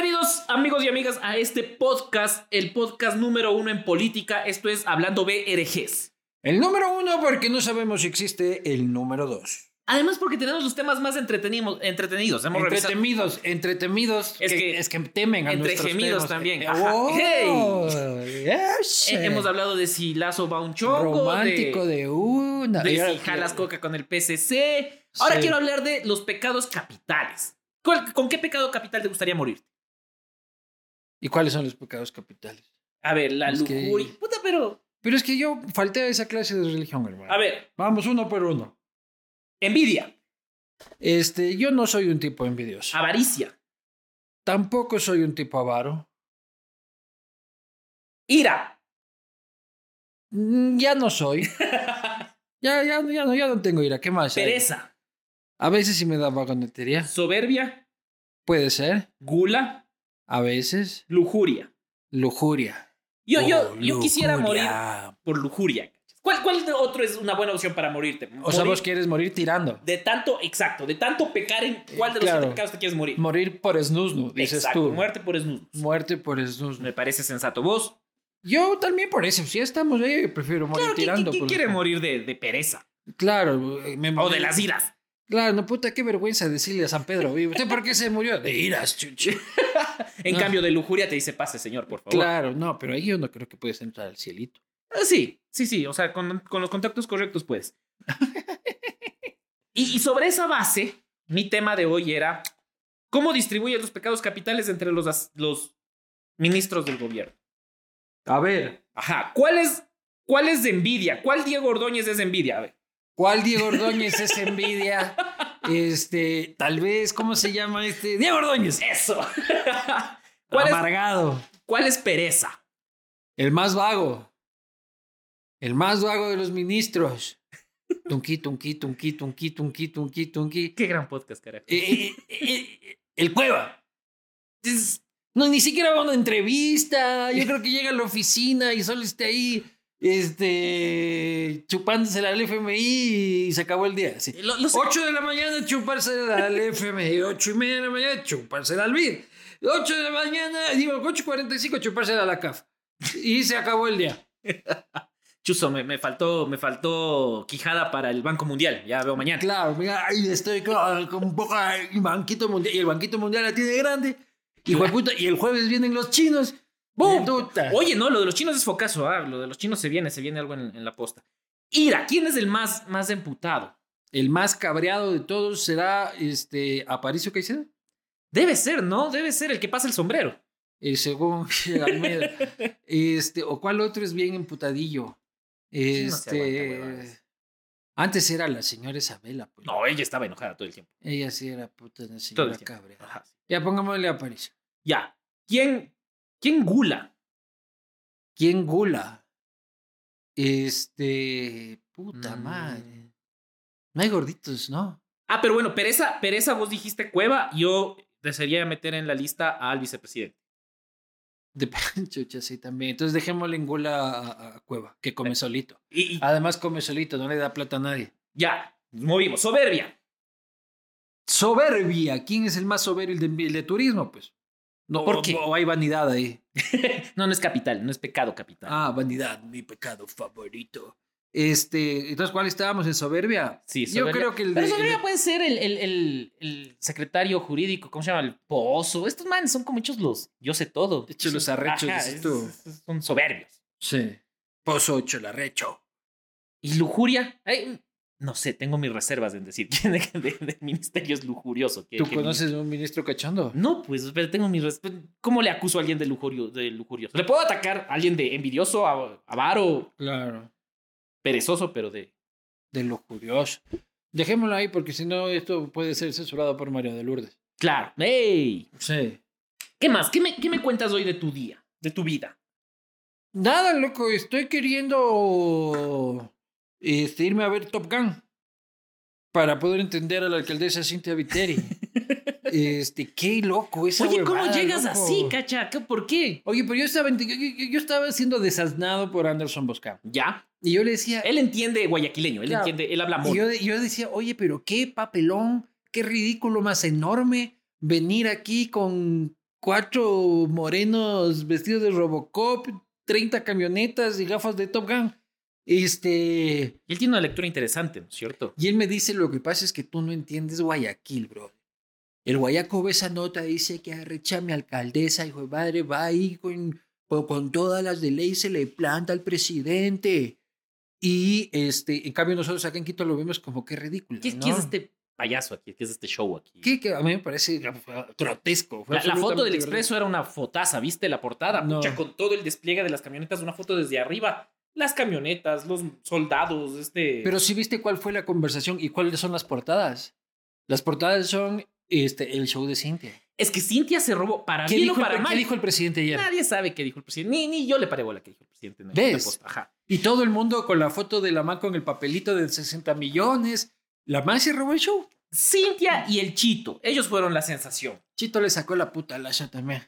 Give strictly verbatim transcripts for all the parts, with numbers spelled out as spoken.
Bienvenidos, amigos y amigas, a este podcast, el podcast número uno en política. Esto es Hablando B R Gs. El número uno porque no sabemos si existe el número dos. Además porque tenemos los temas más entretenidos. entretenidos. Hemos entretenidos, revisado... entretenidos. Es que, que, es que temen a entre nuestros gemidos temas. también. Ajá. Oh, hey. Yes. Eh, hemos hablado de si Lazo va a un choco. Romántico de, de una. De si jalas coca con el P C C. Ahora sí. Quiero hablar de los pecados capitales. ¿Con, ¿Con qué pecado capital te gustaría morir? ¿Y cuáles son los pecados capitales? A ver, la es lujuria. Que... Puta, pero... Pero es que yo falté a esa clase de religión, hermano. A ver. Vamos uno por uno. Envidia. Este, yo no soy un tipo envidioso. Avaricia. Tampoco soy un tipo avaro. Ira. Mm, ya no soy. ya, ya, ya, no, ya no tengo ira. ¿Qué más? Pereza. A veces sí me da vagonetería. Soberbia. Puede ser. Gula. A veces. Lujuria. Lujuria. Yo, oh, yo, yo lujuria. quisiera morir por lujuria. ¿Cuál, ¿Cuál otro es una buena opción para morirte? O morir sea, vos quieres morir tirando. De tanto, exacto, de tanto pecar, ¿en cuál de los claro. siete pecados te quieres morir? Morir por snusnu, dices exacto, tú. Muerte por snusnu. Muerte por snusnu. Me parece sensato. ¿Vos? Yo también por eso. Si estamos ahí, prefiero morir claro, tirando. ¿Quién quiere morir de, de pereza? Claro. Me, o de las iras. Claro, no puta, qué vergüenza decirle a San Pedro. ¿Usted por qué se murió? De iras, chuchi. En no. cambio, de lujuria te dice, pase, señor, por favor. Claro, no, pero ahí yo no creo que puedes entrar al cielito. Ah, sí, sí, sí. O sea, con, con los contactos correctos, pues. y, y sobre esa base, mi tema de hoy era ¿cómo distribuyes los pecados capitales entre los, los ministros del gobierno? A ver. Ajá. ¿Cuál es, cuál es de envidia? ¿Cuál Diego Ordóñez es de envidia? A ver. ¿Cuál Diego Ordóñez es envidia? Este, tal vez, ¿cómo se llama este? Diego Ordóñez. Eso. ¿Cuál Amargado. Es, ¿Cuál es pereza? El más vago. El más vago de los ministros. Tunqui, tunqui, tunqui, tunqui, tunqui, tunqui, tunqui. Qué gran podcast, carajo. Eh, eh, eh, el Cueva. Es, no, ni siquiera va a una entrevista. Yo creo que llega a la oficina y solo esté ahí. Este, chupándosela al F M I y se acabó el día. Sí. Lo, lo ocho de la mañana chupársela al F M I, ocho y media de la mañana chupársela al B I D, ocho de la mañana, digo, ocho cuarenta y cinco chupársela a la C A F. Y se acabó el día. Chuzo, me, me faltó, me faltó quijada para el Banco Mundial. Ya veo mañana. Claro, mira, ahí estoy con, con un poco de banquito mundial. Y el banquito mundial la tiene grande. Y, claro. puta, y el jueves vienen los chinos. ¡Bum! Oye, no, lo de los chinos es focazo, ¿ah? Lo de los chinos se viene, se viene algo en, en la posta. Ira, ¿quién es el más, más emputado? El más cabreado de todos será este Aparicio Caicedo. Debe ser, ¿no? Debe ser el que pasa el sombrero. Eh, según Almeida. este, o cuál otro es bien emputadillo. Este. No aguanta, antes era la señora Isabela. Pues. No, ella estaba enojada todo el tiempo. Ella sí era puta una señora cabreada. Ajá. Ya pongámosle a Aparicio. Ya. ¿Quién? ¿Quién gula? ¿Quién gula? Este... Puta mm. madre. No hay gorditos, ¿no? Ah, pero bueno, pereza, pereza vos dijiste Cueva. Yo desearía meter en la lista al vicepresidente. De Chucha, sí, también. Entonces dejémosle en gula a, a Cueva, que come solito. Y, y, Además come solito, no le da plata a nadie. Ya, movimos. Soberbia. Soberbia. ¿Quién es el más soberbio de, de turismo, pues? No, ¿Por qué? O hay vanidad ahí. No, no es capital, no es pecado capital. Ah, vanidad, mi pecado favorito. Este, entonces, ¿cuál estábamos en soberbia? Sí, soberbia. Yo creo que el Pero de, soberbia el... puede ser el, el, el, el secretario jurídico, ¿cómo se llama? El Pozo. Estos manes son como hechos los, yo sé todo. Hechos los arrechos. Ajá, es, es, son soberbios. Sí. Pozo hecho el arrecho. ¿Y lujuria? Ay, no sé, tengo mis reservas en decir quién de, de, de ministerio es lujurioso. ¿Tú conoces a un ministro cachondo? No, pues, pero tengo mis reservas. ¿Cómo le acuso a alguien de, lujurio, de lujurioso? ¿Le puedo atacar a alguien de envidioso, avaro? Claro. Perezoso, pero de... De lujurioso. Dejémoslo ahí porque si no esto puede ser censurado por María de Lourdes. Claro. ¡Ey! Sí. ¿Qué más? ¿Qué me, qué me cuentas hoy de tu día? De tu vida. Nada, loco. Estoy queriendo... Este, irme a ver Top Gun para poder entender a la alcaldesa Cintia Viteri. Este, qué loco esa Oye, huevada, ¿cómo llegas loco? así, cacha? ¿Por qué? Oye, pero yo estaba, yo, yo estaba siendo desasnado por Anderson Boscán. ¿Ya? Y yo le decía... Él entiende guayaquileño, él claro, entiende, él habla mono. Y yo, yo decía, oye, pero qué papelón, qué ridículo más enorme venir aquí con cuatro morenos vestidos de Robocop, treinta camionetas y gafas de Top Gun. Este... Y él tiene una lectura interesante, ¿no es cierto? Y él me dice, lo que pasa es que tú no entiendes Guayaquil, bro. El guayaco ve esa nota, dice que arrecha mi alcaldesa, hijo de madre, va ahí con, con todas las de ley, se le planta al presidente. Y este, en cambio nosotros acá en Quito lo vemos como que ridículo, ¿Qué, ¿no? ¿Qué es este payaso aquí? ¿Qué es este show aquí? Que, que a mí me parece grotesco. La, la foto del Expreso era una fotaza, ¿viste la portada? No. Pucha, con todo el despliegue de las camionetas, una foto desde arriba. Las camionetas, los soldados, este... Pero sí viste cuál fue la conversación y cuáles son las portadas. Las portadas son este, el show de Cintia. Es que Cintia se robó, para ¿Qué, bien dijo o para el, mal. ¿Qué dijo el presidente ayer? Nadie sabe qué dijo el presidente. Ni, ni yo le paré bola que dijo el presidente. En ¿Ves? posta. Ajá. Y todo el mundo con la foto de la man con el papelito de sesenta millones. La man se robó el show. Cintia y el Chito, ellos fueron la sensación. Chito le sacó la puta lasha también.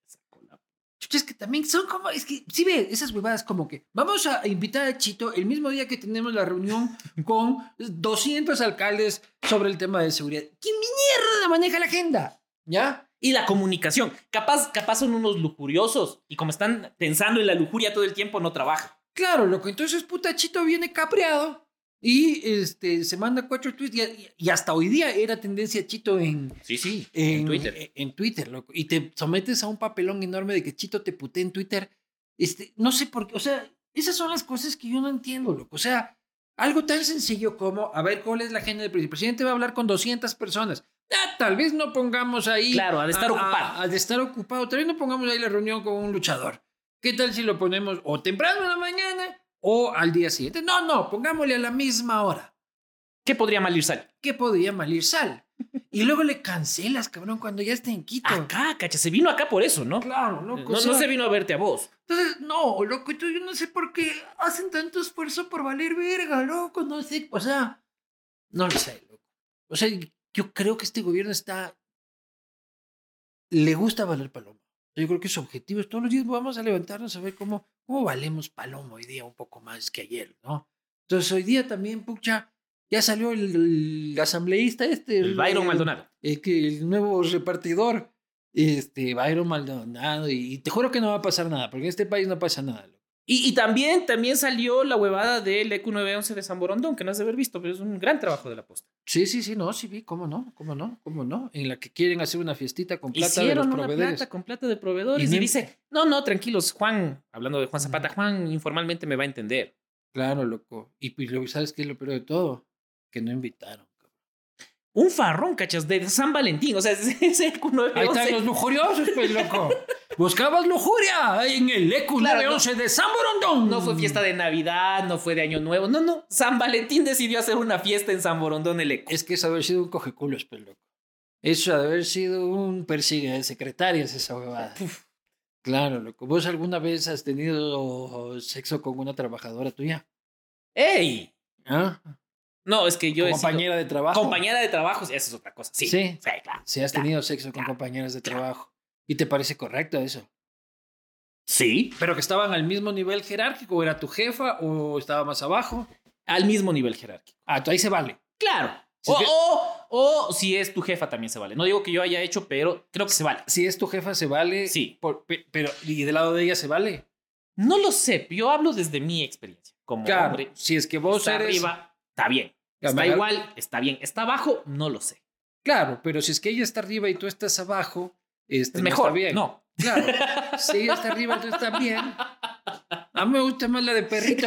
Es que también son como, es que, sí ve, esas huevadas como que vamos a invitar a Chito el mismo día que tenemos la reunión con doscientos alcaldes sobre el tema de seguridad. ¿Quién mierda maneja la agenda? ¿Ya? Y la comunicación. Capaz, capaz son unos lujuriosos y como están pensando en la lujuria todo el tiempo, no trabajan. Claro, loco. Entonces, puta, Chito viene cabreado y este, se manda cuatro tweets y, y hasta hoy día era tendencia Chito en... Sí, sí, En, en Twitter. En, en Twitter, loco. Y te sometes a un papelón enorme de que Chito te putea en Twitter. Este, no sé por qué. O sea, esas son las cosas que yo no entiendo, loco. O sea, algo tan sencillo como, a ver, ¿cuál es la agenda del presidente? El presidente va a hablar con doscientas personas. Ah, tal vez no pongamos ahí... Claro, ha de estar a, ocupado. A, a de estar ocupado. Tal vez no pongamos ahí la reunión con un luchador. ¿Qué tal si lo ponemos o temprano en la mañana o al día siguiente? No, no, pongámosle a la misma hora. ¿Qué podría mal ir sal? ¿Qué podría mal ir sal? Y luego le cancelas, cabrón, cuando ya está en Quito. Acá, cacha, se vino acá por eso, ¿no? Claro, loco. No, o sea, no se vino a verte a vos. Entonces, no, loco, yo no sé por qué hacen tanto esfuerzo por valer verga, loco, no sé, o sea, no lo sé, loco. O sea, yo creo que este gobierno está, le gusta valer paloma. Yo creo que su objetivo es todos los días vamos a levantarnos a ver cómo, cómo valemos paloma hoy día un poco más que ayer, ¿no? Entonces, hoy día también, pucha, ya salió el, el asambleísta este. El, el Byron el, Maldonado. El, el, el nuevo repartidor, este, Byron Maldonado. Y, y te juro que no va a pasar nada, porque en este país no pasa nada. Loco. Y, y también, también salió la huevada del E Q nueve once de San Borondón, que no has de haber visto, pero es un gran trabajo de la posta. Sí, sí, sí, no, sí vi, cómo no, cómo no, cómo no. En la que quieren hacer una fiestita con plata Hicieron de los proveedores. Una plata con plata de proveedores. Y, y dice, no, no, tranquilos, Juan, hablando de Juan Zapata, Juan informalmente me va a entender. Claro, loco. Y, y ¿sabes qué es lo peor de todo? Que no invitaron. Un farrón, cachas, de San Valentín. O sea, ese E Q nueve once. Ahí están los lujuriosos, pues, loco. Buscabas lujuria en el E Q nueve once claro, no, de San Borondón. No fue fiesta de Navidad, no fue de Año Nuevo. No, no. San Valentín decidió hacer una fiesta en San Borondón, el E Q. Es que eso haber sido un cogeculos, pues, loco. Eso de haber sido un persigue de secretarias, esa huevada. Uf. Claro, loco. ¿Vos alguna vez has tenido sexo con una trabajadora tuya? ¡Ey! ¿Ah? No, es que yo he compañera sido de trabajo. Compañera de trabajo, esa es otra cosa. Sí, sí, sí claro. Sí, has claro, tenido sexo con claro, compañeras de claro. trabajo. ¿Y te parece correcto eso? Sí. ¿Pero que estaban al mismo nivel jerárquico? ¿O era tu jefa o estaba más abajo? Al mismo nivel jerárquico. Ah, ahí se vale. Claro. Si o, que... o, o si es tu jefa también se vale. No digo que yo haya hecho, pero creo que se vale. Si es tu jefa se vale. Sí. Por, pero, ¿y del lado de ella se vale? No lo sé. Yo hablo desde mi experiencia. Como claro, hombre. Si es que vos está eres... arriba, está bien. Está mejor... igual, está bien. Está abajo, no lo sé. Claro, pero si es que ella está arriba y tú estás abajo, este, es no mejor. Está bien. No. Claro. Si ella está arriba, tú estás bien. A mí me gusta más la de perrito,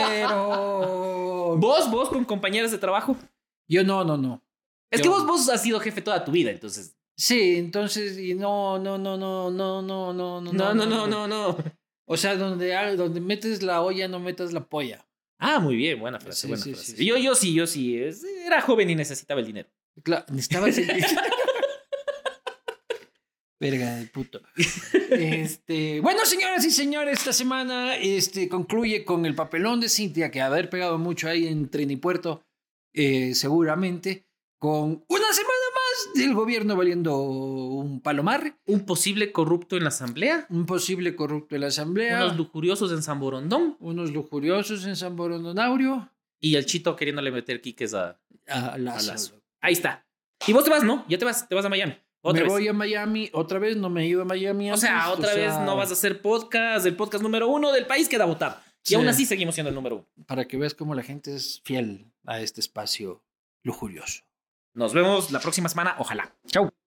pero... ¿Vos, vos con compañeras de trabajo? Yo no, no, no. Es Yo... que vos, vos has sido jefe toda tu vida, entonces... Sí, entonces, y no, no, no, no, no, no, no, no, no, no, no, no, no. O sea, donde, donde metes la olla, no metas la polla. Ah, muy bien, buena frase, sí, buena sí, frase. Sí, sí. Yo, yo sí, yo sí. Era joven y necesitaba el dinero. Claro, necesitaba ese... Verga del puto. Este, bueno, señoras y señores, esta semana este, concluye con el papelón de Cintia, que haber pegado mucho ahí en Trinipuerto, eh, seguramente, con una semana más del gobierno valiendo un palomarre. Un posible corrupto en la asamblea. Un posible corrupto en la asamblea. Unos lujuriosos en San Borondón. Unos lujuriosos en San Borondonaurio. Y el Chito queriéndole meter quiques a, a Lazo. a Lazo. Ahí está. Y vos te vas, ¿no? Ya te vas, te vas a Miami. Otra me vez. voy a Miami, otra vez no me he ido a Miami O antes, sea, otra o vez sea, no vas a hacer podcast, el podcast número uno del país queda votado. Y Sí. aún así seguimos siendo el número uno. Para que veas cómo la gente es fiel a este espacio lujurioso. Nos vemos la próxima semana, ojalá. Chau.